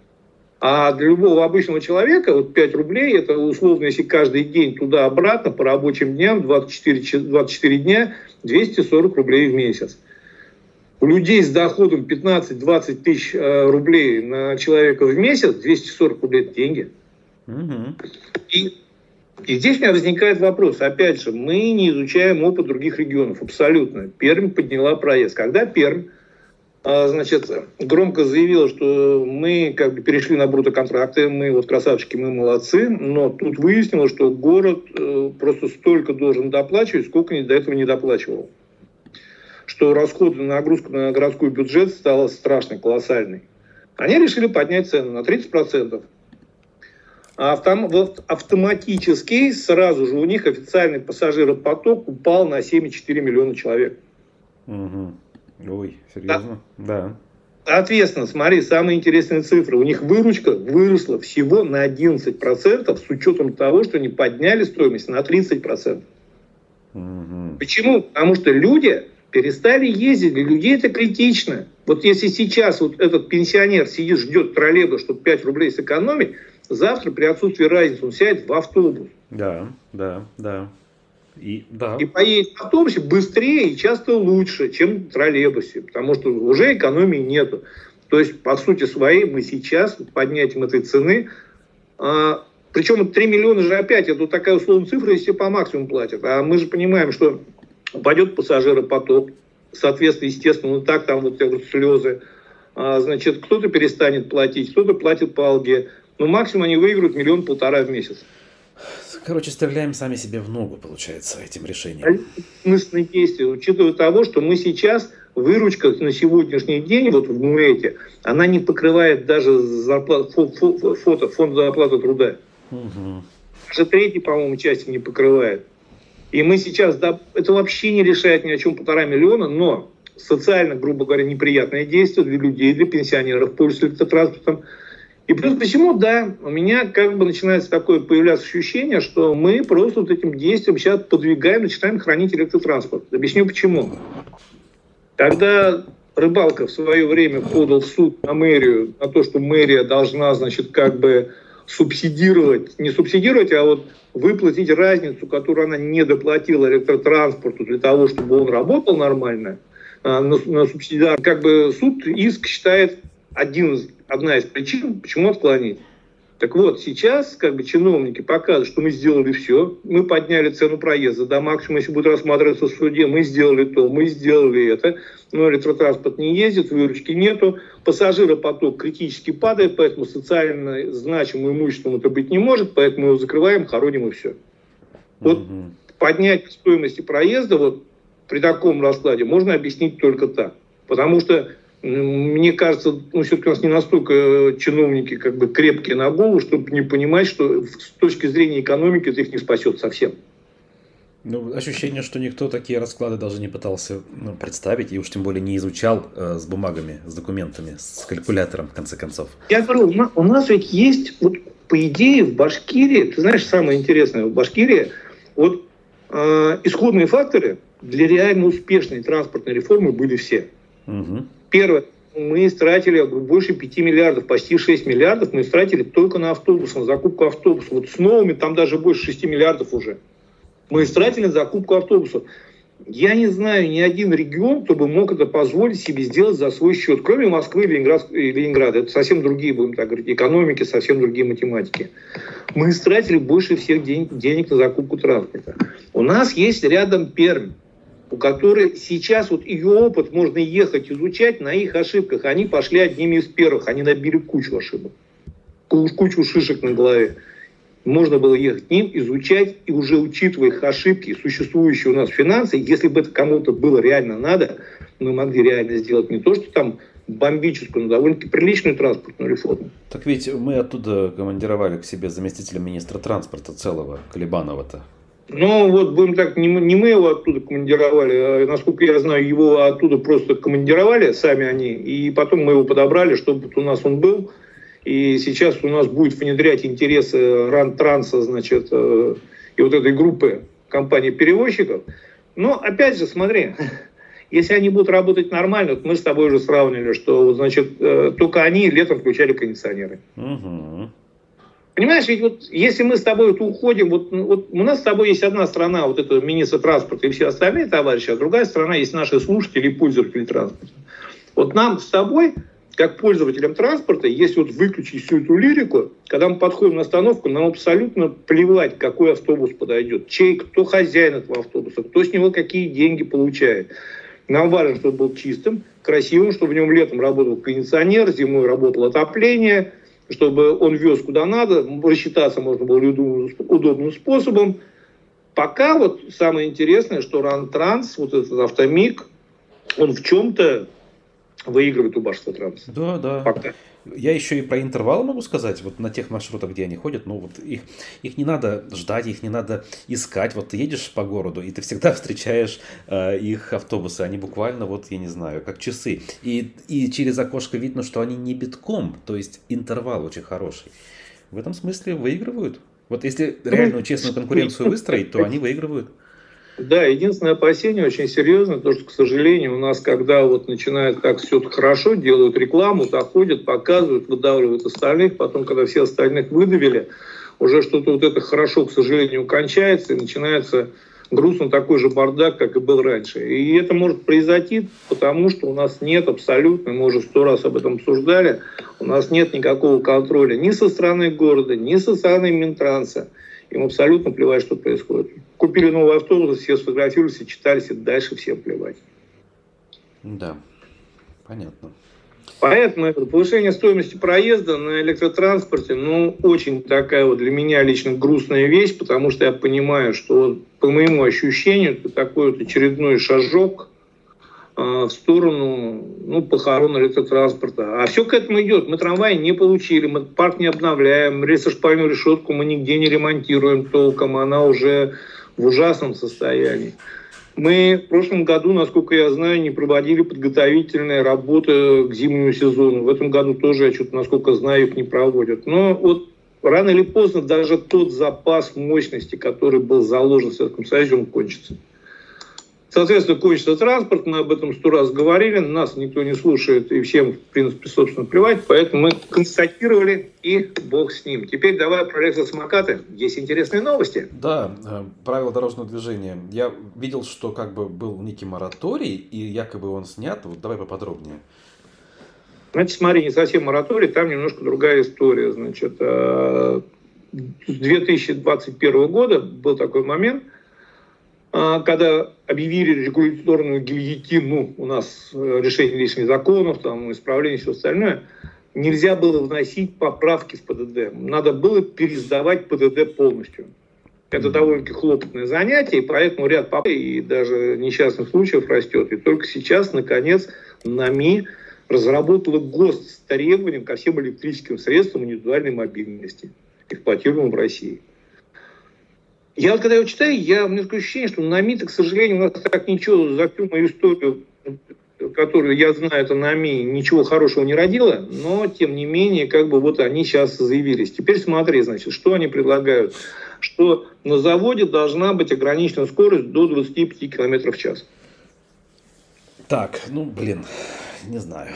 А для любого обычного человека вот 5 рублей, это условно, если каждый день туда-обратно по рабочим дням, 24 дня, 240 рублей в месяц. У людей с доходом 15-20 тысяч рублей на человека в месяц, 240 рублей – это деньги. И здесь у меня возникает вопрос. Опять же, мы не изучаем опыт других регионов. Абсолютно. Пермь подняла проезд. Когда Пермь, значит, громко заявила, что мы как бы перешли на брутоконтракты, мы вот красавчики, мы молодцы, но тут выяснилось, что город просто столько должен доплачивать, сколько до этого не доплачивал. Что расходы на нагрузку на городской бюджет стало страшной, колоссальной. Они решили поднять цену на 30%. А автоматически сразу же у них официальный пассажиропоток упал на 7,4 миллиона человек. Ой, серьезно? Да. Соответственно, смотри, самые интересные цифры. У них выручка выросла всего на 11% с учетом того, что они подняли стоимость на 30%. Почему? Потому что люди перестали ездить, для людей это критично. Вот если сейчас вот этот пенсионер сидит, ждет троллейбус, чтобы 5 рублей сэкономить, завтра при отсутствии разницы он сядет в автобус. Да, да, да. И поедет в автобусе быстрее и часто лучше, чем в троллейбусе, потому что уже экономии нету. То есть, по сути своей, мы сейчас поднятием этой цены, причем 3 миллиона же опять, это вот такая условная цифра, если по максимуму платят. А мы же понимаем, что упадет пассажиропоток, соответственно, естественно, вот так там вот слезы. Значит, кто-то перестанет платить, кто-то платит по алге. Но максимум они выиграют 1,5 миллиона в месяц. Короче, стреляем сами себе в ногу, получается, этим решением. Смысленные действия, учитывая того, что мы сейчас, выручка на сегодняшний день, вот в МУЭТе, она не покрывает даже фонд зарплаты труда. Угу. Даже третьей, по-моему, части не покрывает. И мы сейчас, да, это вообще не решает ни о чем 1,5 миллиона, но социально, грубо говоря, неприятное действие для людей, для пенсионеров, пользуются электротранспортом. И плюс ко всему, да, у меня как бы начинается такое появляться ощущение, что мы просто вот этим действием сейчас подвигаем, начинаем хранить электротранспорт. Объясню почему. Когда Рыбалка в свое время подал в суд на мэрию, на то, что мэрия должна, значит, как бы субсидировать, не субсидировать, а вот выплатить разницу, которую она не доплатила электротранспорту для того, чтобы он работал нормально, на субсидиар, как бы суд иск считает одна из причин, почему отклонить. Так вот, сейчас как бы чиновники показывают, что мы сделали все, мы подняли цену проезда до максимума, если будет рассматриваться в суде, мы сделали то, мы сделали это, но электротранспорт не ездит, выручки нету, пассажиропоток критически падает, поэтому социально значимым имуществом это быть не может, поэтому его закрываем, хороним и все. Вот поднять стоимость проезда вот при таком раскладе можно объяснить только так, потому что мне кажется, все-таки у нас не настолько чиновники как бы крепкие на голову, чтобы не понимать, что с точки зрения экономики это их не спасет совсем. Ну, ощущение, что никто такие расклады даже не пытался представить, и уж тем более не изучал с бумагами, с документами, с калькулятором, в конце концов. Я говорю, у нас ведь есть, вот по идее, в Башкирии, ты знаешь, самое интересное, в Башкирии вот исходные факторы для реально успешной транспортной реформы были все. Угу. Первое, мы истратили больше 5 миллиардов, почти 6 миллиардов мы истратили только на автобусы, на закупку автобусов. Вот с новыми там даже больше 6 миллиардов уже. Мы истратили на закупку автобусов. Я не знаю ни один регион, кто бы мог это позволить себе сделать за свой счет, кроме Москвы и Ленинграда. Это совсем другие, будем так говорить, экономики, совсем другие математики. Мы истратили больше всех денег на закупку транспорта. У нас есть рядом Пермь, у которой сейчас вот ее опыт можно ехать изучать на их ошибках. Они пошли одними из первых, они набили кучу ошибок, кучу шишек на голове. Можно было ехать к ним, изучать, и уже учитывая их ошибки, существующие у нас финансы, если бы это кому-то было реально надо, мы могли реально сделать не то, что там бомбическую, но довольно-таки приличную транспортную реформу. Так ведь мы оттуда командировали к себе заместителя министра транспорта целого, Колебанова-то. Ну, вот будем так, не мы его оттуда командировали, а, насколько я знаю, его оттуда просто командировали, сами они, и потом мы его подобрали, чтобы у нас он был, и сейчас у нас будет внедрять интересы РАН-Транса, значит, и вот этой группы компаний-перевозчиков. Но, опять же, смотри, если они будут работать нормально, вот мы с тобой уже сравнили, что, значит, только они летом включали кондиционеры. Угу. Понимаешь, ведь вот если мы с тобой уходим, вот у нас с тобой есть одна страна, вот это министр транспорта и все остальные товарищи, а другая страна есть наши слушатели и пользователи транспорта. Вот нам с тобой, как пользователям транспорта, если вот выключить всю эту лирику, когда мы подходим на остановку, нам абсолютно плевать, какой автобус подойдет, кто хозяин этого автобуса, кто с него какие деньги получает. Нам важно, чтобы был чистым, красивым, чтобы в нем летом работал кондиционер, зимой работало отопление, чтобы он вез куда надо, рассчитаться можно было удобным способом. Пока вот самое интересное, что РАН-Транс, вот этот автомиг, он в чем-то выигрывает у Башавтотранса. Да, да. Пока. Я еще и про интервалы могу сказать, вот на тех маршрутах, где они ходят, ну вот их не надо ждать, их не надо искать, вот ты едешь по городу, и ты всегда встречаешь их автобусы, они буквально вот, я не знаю, как часы, и через окошко видно, что они не битком, то есть интервал очень хороший. В этом смысле выигрывают. Вот если реальную честную конкуренцию выстроить, то они выигрывают. Да, единственное опасение очень серьезное, то, что, к сожалению, у нас, когда вот начинает так все хорошо, делают рекламу, доходят, показывают, выдавливают остальных, потом, когда все остальных выдавили, уже что-то вот это хорошо, к сожалению, кончается, и начинается грустно такой же бардак, как и был раньше. И это может произойти, потому что у нас нет абсолютно, мы уже 100 раз об этом обсуждали, у нас нет никакого контроля ни со стороны города, ни со стороны Минтранса. Им абсолютно плевать, что происходит. Купили новый автобус, все сфотографировались, читались, и дальше всем плевать. Да, понятно. Поэтому повышение стоимости проезда на электротранспорте, очень такая вот для меня лично грустная вещь, потому что я понимаю, что по моему ощущению это такой вот очередной шажок в сторону похорон электротранспорта. А все к этому идет. Мы трамваи не получили, мы парк не обновляем, рельсошпальную решетку мы нигде не ремонтируем толком, она уже в ужасном состоянии. Мы в прошлом году, насколько я знаю, не проводили подготовительные работы к зимнему сезону. В этом году тоже, я что-то, насколько знаю, их не проводят. Но вот рано или поздно даже тот запас мощности, который был заложен в Советском Союзе, он кончится. Соответственно, кончится транспорт, мы об этом 100 раз говорили, нас никто не слушает, и всем, в принципе, собственно, плевать, поэтому мы констатировали, и бог с ним. Теперь давай про электросамокаты. Есть интересные новости. Да, правила дорожного движения. Я видел, что как бы был некий мораторий, и якобы он снят. Вот давай поподробнее. Значит, смотри, не совсем мораторий, там немножко другая история. Значит, с 2021 года был такой момент, когда объявили регуляторную гильотину, у нас решение лишних законов, там, исправление и все остальное, нельзя было вносить поправки в ПДД. Надо было пересдавать ПДД полностью. Это довольно-таки хлопотное занятие, и поэтому ряд поправок и даже несчастных случаев растет. И только сейчас, наконец, НАМИ разработала ГОСТ с требованием ко всем электрическим средствам индивидуальной мобильности, эксплуатируемым в России. Я вот когда его читаю, у меня такое ощущение, что НАМИ, к сожалению, у нас так ничего за всю мою историю, которую я знаю, это НАМИ, ничего хорошего не родило, но, тем не менее, вот они сейчас заявились. Теперь смотри, значит, что они предлагают. Что на заводе должна быть ограничена скорость до 25 км в час. Так, не знаю.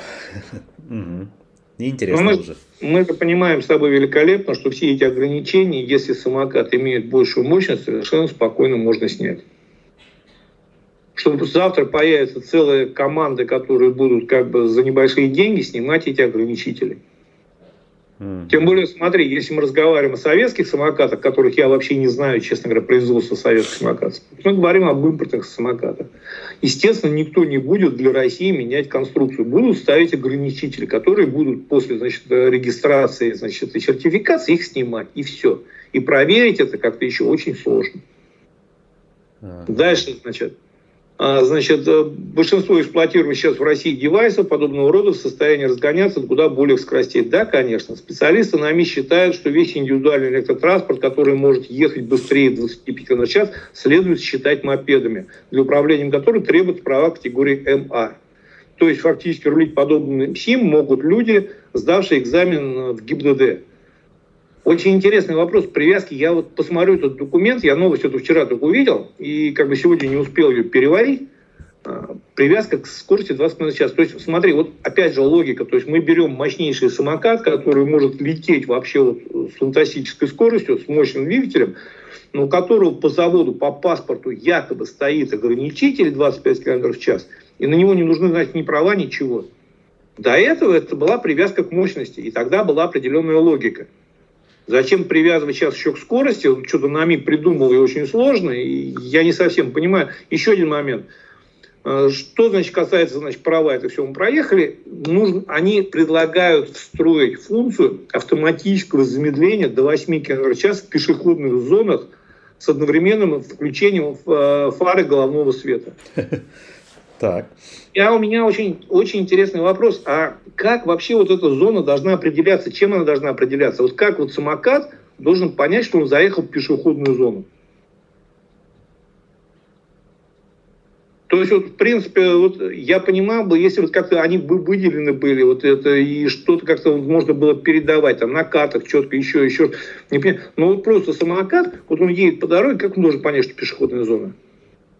Неинтересно уже. Мы это понимаем с тобой великолепно, что все эти ограничения, если самокат имеет большую мощность, совершенно спокойно можно снять. Чтобы завтра появится целая команда, которые будут за небольшие деньги снимать эти ограничители. Тем более, смотри, если мы разговариваем о советских самокатах, которых я вообще не знаю, честно говоря, производство советских самокатов, мы говорим об импортных самокатах. Естественно, никто не будет для России менять конструкцию. Будут ставить ограничители, которые будут после регистрации и сертификации их снимать. И все. И проверить это как-то еще очень сложно. Дальше, большинство эксплуатируемых сейчас в России девайсов подобного рода в состоянии разгоняться до куда более скоростей. Да, конечно. Специалисты НАМИ считают, что весь индивидуальный электротранспорт, который может ехать быстрее 25 км в час, следует считать мопедами, для управления которым требуются права категории МА. То есть фактически рулить подобным СИМ могут люди, сдавшие экзамен в ГИБДД. Очень интересный вопрос привязки. Я посмотрю этот документ, я новость эту вчера только увидел, и сегодня не успел ее переварить. Привязка к скорости 20 км в час. То есть, смотри, опять же логика. То есть мы берем мощнейший самокат, который может лететь вообще с фантастической скоростью, с мощным двигателем, но у которого по заводу, по паспорту якобы стоит ограничитель 25 км в час, и на него не нужны, ни права, ничего. До этого это была привязка к мощности, и тогда была определенная логика. Зачем привязывать сейчас еще к скорости? Что-то НАМИ придумал и очень сложно, и я не совсем понимаю. Еще один момент. Что, касается, права, это все мы проехали. Они предлагают встроить функцию автоматического замедления до 8 км в час в пешеходных зонах с одновременным включением фары головного света. Так. У меня очень, очень интересный вопрос. А как вообще эта зона должна определяться? Чем она должна определяться? Как самокат должен понять, что он заехал в пешеходную зону? То есть, в принципе, я понимал бы, если как-то они бы выделены были, это, и что-то как-то можно было передавать, на картах четко, еще. Не понимаю. Но просто самокат, он едет по дороге, как он должен понять, что пешеходная зона?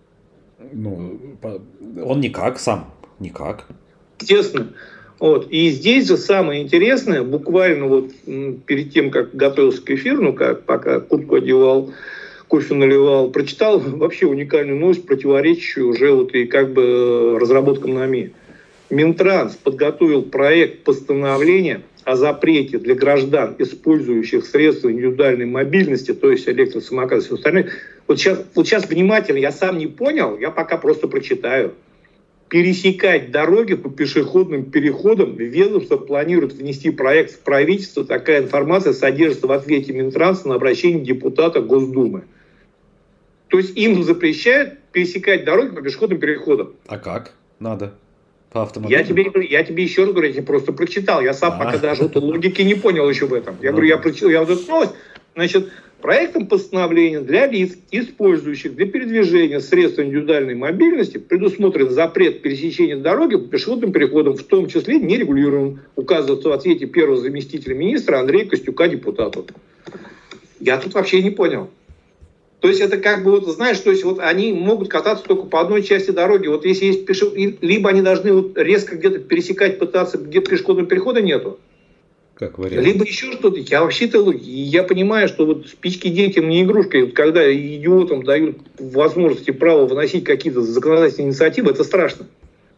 Ну, он никак сам, никак. Естественно. Вот. И здесь же самое интересное, буквально вот перед тем, как готовился к эфиру, ну как, пока куртку одевал, кофе наливал, прочитал вообще уникальную новость, противоречащую уже вот и как бы разработкам НАМИ. Минтранс подготовил проект постановления о запрете для граждан, использующих средства индивидуальной мобильности, то есть электросамокаты и все остальное. Вот сейчас внимательно, я сам не понял, я пока просто прочитаю. Пересекать дороги по пешеходным переходам ведомство планирует внести проект в правительство. Такая информация содержится в ответе Минтранса на обращение депутата Госдумы. То есть им запрещают пересекать дороги по пешеходным переходам. А как? Надо. По автомобилю? Я тебе еще раз говорю, я просто прочитал. Я сам пока даже вот логики не понял еще в этом. Я говорю, я прочитал, я вот эту новость. Значит, проектом постановления для лиц, использующих для передвижения средств индивидуальной мобильности, предусмотрен запрет пересечения дороги по пешеходным переходам, в том числе нерегулируемым, указывается в ответе первого заместителя министра Андрея Костюка, депутату. Я тут вообще не понял. То есть это как бы, вот, знаешь, то есть вот они могут кататься только по одной части дороги. Вот если есть либо они должны вот резко где-то пересекать, пытаться, где пешеходного перехода нету. Как вариант. Либо еще что-то. Я вообще-то, я понимаю, что вот спички детям не игрушка. Вот когда идиотам дают возможность и право выносить какие-то законодательные инициативы, это страшно.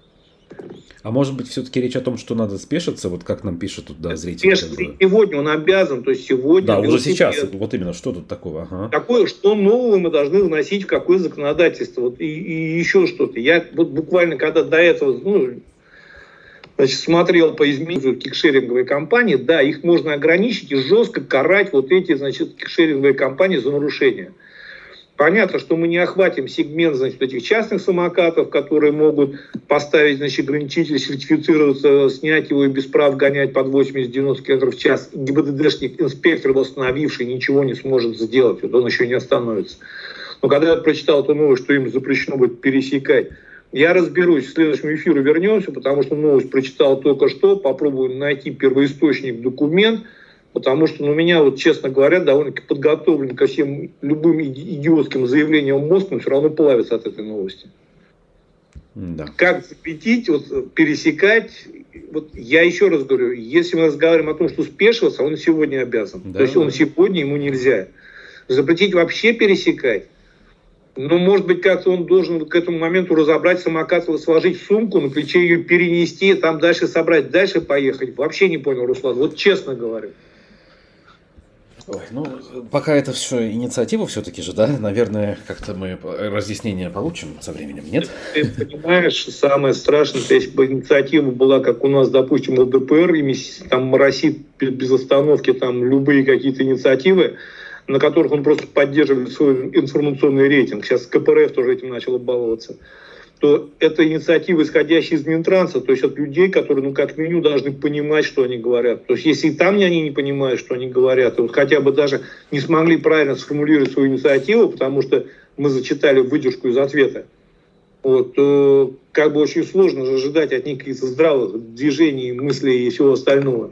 А может быть, все-таки речь о том, что надо спешиться, вот как нам пишут тут, да, зрители. Сегодня он обязан, то есть сегодня... Да, уже сейчас, вот именно, что тут такого? Ага. Такое, что нового мы должны вносить в какое законодательство. Вот, и еще что-то. Я вот буквально, когда до этого, значит, смотрел по изменению кикшеринговой компании, да, их можно ограничить и жестко карать вот эти, значит, кикшеринговые компании за нарушение. Понятно, что мы не охватим сегмент, значит, этих частных самокатов, которые могут поставить, значит, ограничитель, сертифицироваться, снять его и без прав гонять под 80-90 км в час. ГИБДДшник, инспектор, восстановивший, ничего не сможет сделать, вот он еще не остановится. Но когда я прочитал эту новость, что им запрещено будет пересекать, я разберусь, в следующем эфиру вернемся, потому что новость прочитал только что, попробую найти первоисточник, документ, потому что у меня, вот, честно говоря, довольно-таки подготовлен ко всем любым идиотским заявлениям мозг, но все равно плавится от этой новости. Да. Как запретить, вот, пересекать, вот я еще раз говорю, если мы разговариваем о том, что спешиваться, он сегодня обязан. Да. То есть он сегодня, ему нельзя. Запретить вообще пересекать. Но, может быть, как-то он должен к этому моменту разобрать самокат, сложить в сумку, на плече ее перенести, там дальше собрать, дальше поехать. Вообще не понял, Руслан, вот честно говорю. Ой, пока это все инициатива все-таки же, да? Наверное, как-то мы разъяснение получим со временем, нет? Ты понимаешь, самое страшное, если бы инициатива была, как у нас, допустим, ЛДПР, и там моросит без остановки там любые какие-то инициативы, на которых он просто поддерживает свой информационный рейтинг. Сейчас КПРФ тоже этим начало баловаться. То это инициатива, исходящая из Минтранса, то есть от людей, которые, как минимум, должны понимать, что они говорят. То есть если и там они не понимают, что они говорят, и вот хотя бы даже не смогли правильно сформулировать свою инициативу, потому что мы зачитали выдержку из ответа, вот, то как бы очень сложно ожидать от них каких-то здравых движений, мыслей и всего остального.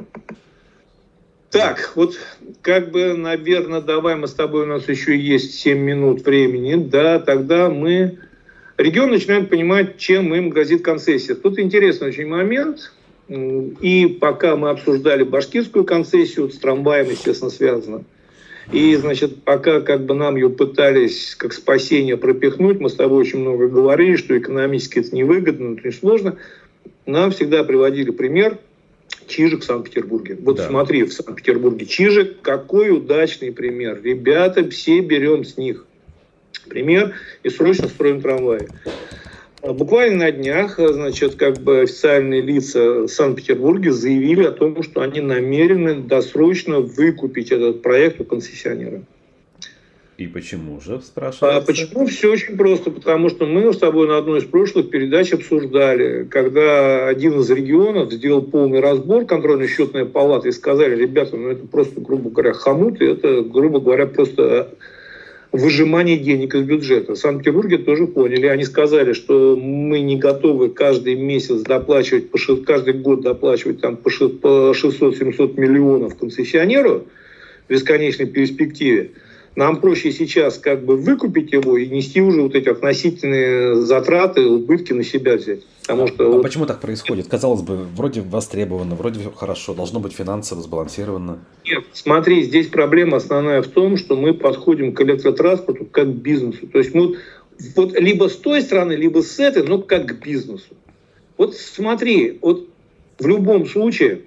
Так, вот как бы, наверное, давай мы с тобой, у нас еще есть 7 минут времени, да, тогда мы... Регион начинает понимать, чем им грозит концессия. Тут интересный очень момент. И пока мы обсуждали башкирскую концессию, с трамваем, естественно, связано. И, значит, пока как бы нам ее пытались как спасение пропихнуть, мы с тобой очень много говорили, что экономически это невыгодно, это не сложно. Нам всегда приводили пример Чижик в Санкт-Петербурге. Вот да. Смотри, в Санкт-Петербурге Чижик, какой удачный пример. Ребята, все берем с них пример и срочно строим трамваи. Буквально на днях, значит, как бы официальные лица в Санкт-Петербурге заявили о том, что они намерены досрочно выкупить этот проект у концессионера. И почему же, спрашивается? Почему? Все очень просто. Потому что мы с тобой на одной из прошлых передач обсуждали, когда один из регионов сделал полный разбор, контрольно-счетная палата, и сказали, ребята, это просто, грубо говоря, хомут, и это, грубо говоря, просто выжимание денег из бюджета. В Санкт-Петербурге тоже поняли. Они сказали, что мы не готовы каждый месяц доплачивать, каждый год доплачивать там, по 600-700 миллионов концессионеру в бесконечной перспективе. Нам проще сейчас как бы выкупить его и нести уже вот эти относительные затраты, убытки на себя взять. Потому что вот... почему так происходит? Казалось бы, вроде востребовано, вроде хорошо, должно быть финансово сбалансировано. Нет, смотри, здесь проблема основная в том, что мы подходим к электротранспорту как к бизнесу. То есть мы вот либо с той стороны, либо с этой, но как к бизнесу. Вот смотри, вот в любом случае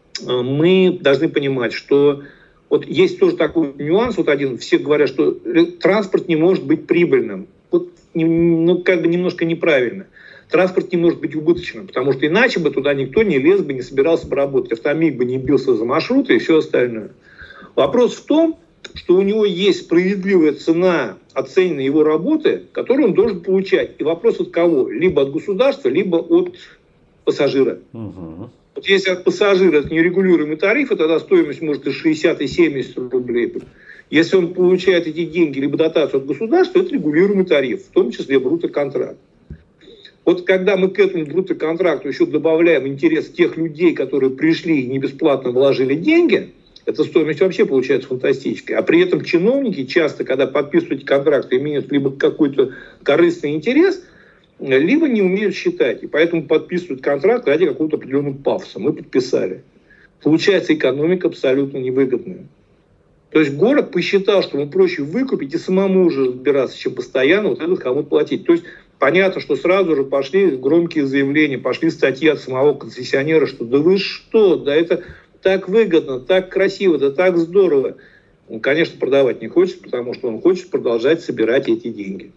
мы должны понимать, что вот есть тоже такой нюанс, вот один, все говорят, что транспорт не может быть прибыльным. Вот, ну, как бы немножко неправильно. Транспорт не может быть убыточным, потому что иначе бы туда никто не лез бы, не собирался бы работать. Автомобиль бы не бился за маршруты и все остальное. Вопрос в том, что у него есть справедливая цена оцененной его работы, которую он должен получать. И вопрос от кого? Либо от государства, либо от пассажира. Угу. Вот если от пассажира это нерегулируемый тариф, тогда стоимость может и 60, и 70 рублей быть. Если он получает эти деньги, либо дотацию от государства, это регулируемый тариф, в том числе брутто-контракт. Вот когда мы к этому брутто-контракту еще добавляем интерес тех людей, которые пришли и не бесплатно вложили деньги, эта стоимость вообще получается фантастической. А при этом чиновники часто, когда подписывают эти контракты, имеют либо какой-то корыстный интерес, либо не умеют считать. И поэтому подписывают контракт ради какого-то определенного пафоса. Мы подписали. Получается, экономика абсолютно невыгодная. То есть город посчитал, что ему проще выкупить и самому уже разбираться, чем постоянно вот этот кому-то платить. То есть понятно, что сразу же пошли громкие заявления, пошли статьи от самого концессионера, что да вы что, да это так выгодно, так красиво, да так здорово. Он, конечно, продавать не хочет, потому что он хочет продолжать собирать эти деньги.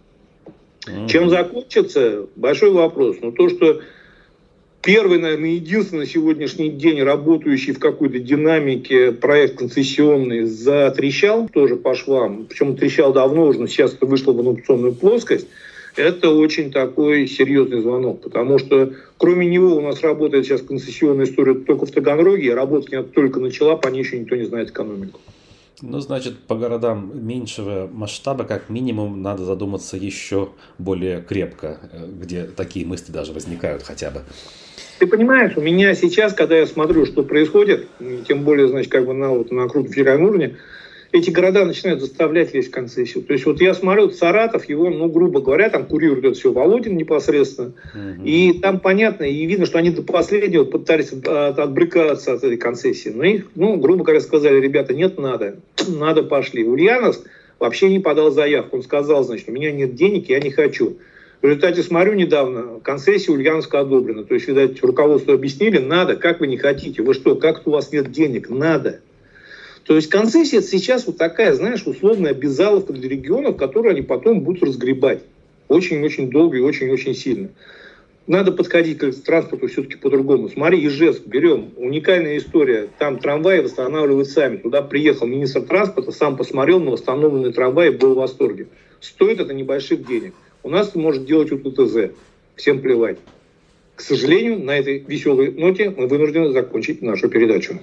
Чем закончится, большой вопрос. Но то, что первый, наверное, единственный на сегодняшний день работающий в какой-то динамике проект концессионный затрещал тоже по швам. Причем трещал давно уже, но сейчас это вышло в инновационную плоскость. Это очень такой серьезный звонок, потому что кроме него у нас работает сейчас концессионная история только в Таганроге, работать она только начала, по ней еще никто не знает экономику. Ну, значит, по городам меньшего масштаба, как минимум, надо задуматься еще более крепко, где такие мысли даже возникают хотя бы. Ты понимаешь, у меня сейчас, когда я смотрю, что происходит, тем более, значит, как бы на крупном федеральном уровне, эти города начинают заставлять лезть в концессию. То есть вот я смотрю, Саратов, его, ну, грубо говоря, там курирует это все Володин непосредственно. И там понятно, и видно, что они до последнего пытались отбрыкаться от этой концессии. Но их, ну, грубо говоря, сказали, ребята, нет, надо, пошли. Ульяновск вообще не подал заявку. Он сказал, значит, у меня нет денег, я не хочу. В результате, смотрю недавно, концессия Ульяновска одобрена. То есть, видать, руководству объяснили, надо, как вы не хотите. Вы что, как у вас нет денег? Надо. То есть концессия сейчас вот такая, знаешь, условная обязаловка для регионов, которые они потом будут разгребать. Очень-очень долго и очень-очень сильно. Надо подходить к транспорту все-таки по-другому. Смотри, Ижевск берем, уникальная история. Там трамваи восстанавливают сами. Туда приехал министр транспорта, сам посмотрел на восстановленный трамвай и был в восторге. Стоит это небольших денег. У нас это может делать УТТЗ. Всем плевать. К сожалению, на этой веселой ноте мы вынуждены закончить нашу передачу.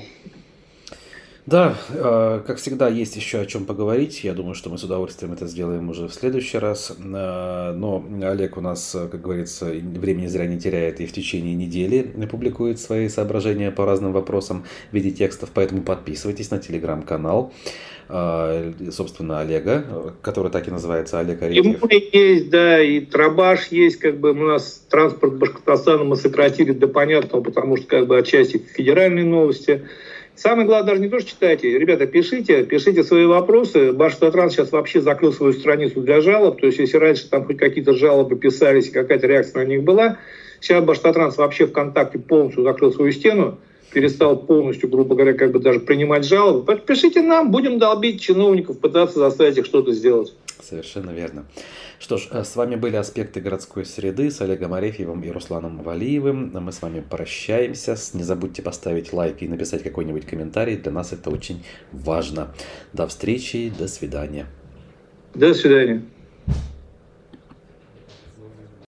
Да, как всегда, есть еще о чем поговорить. Я думаю, что мы с удовольствием это сделаем уже в следующий раз. Но Олег у нас, как говорится, времени зря не теряет и в течение недели публикует свои соображения по разным вопросам в виде текстов. Поэтому подписывайтесь на телеграм-канал, собственно, Олега, который так и называется, Олег Арефьев. И есть, да, и Трабаш есть, как бы у нас транспорт Башкортостана мы сократили до понятного, потому что как бы отчасти федеральные новости. Самое главное, даже не то, что читайте. Ребята, пишите свои вопросы. Башавтотранс сейчас вообще закрыл свою страницу для жалоб. То есть, если раньше там хоть какие-то жалобы писались и какая-то реакция на них была, сейчас Башавтотранс вообще ВКонтакте полностью закрыл свою стену, перестал полностью, грубо говоря, как бы даже принимать жалобы. Поэтому пишите нам, будем долбить чиновников, пытаться заставить их что-то сделать. Совершенно верно. Что ж, с вами были «Аспекты городской среды» с Олегом Арефьевым и Русланом Валиевым. Мы с вами прощаемся. Не забудьте поставить лайк и написать какой-нибудь комментарий. Для нас это очень важно. До встречи, до свидания. До свидания.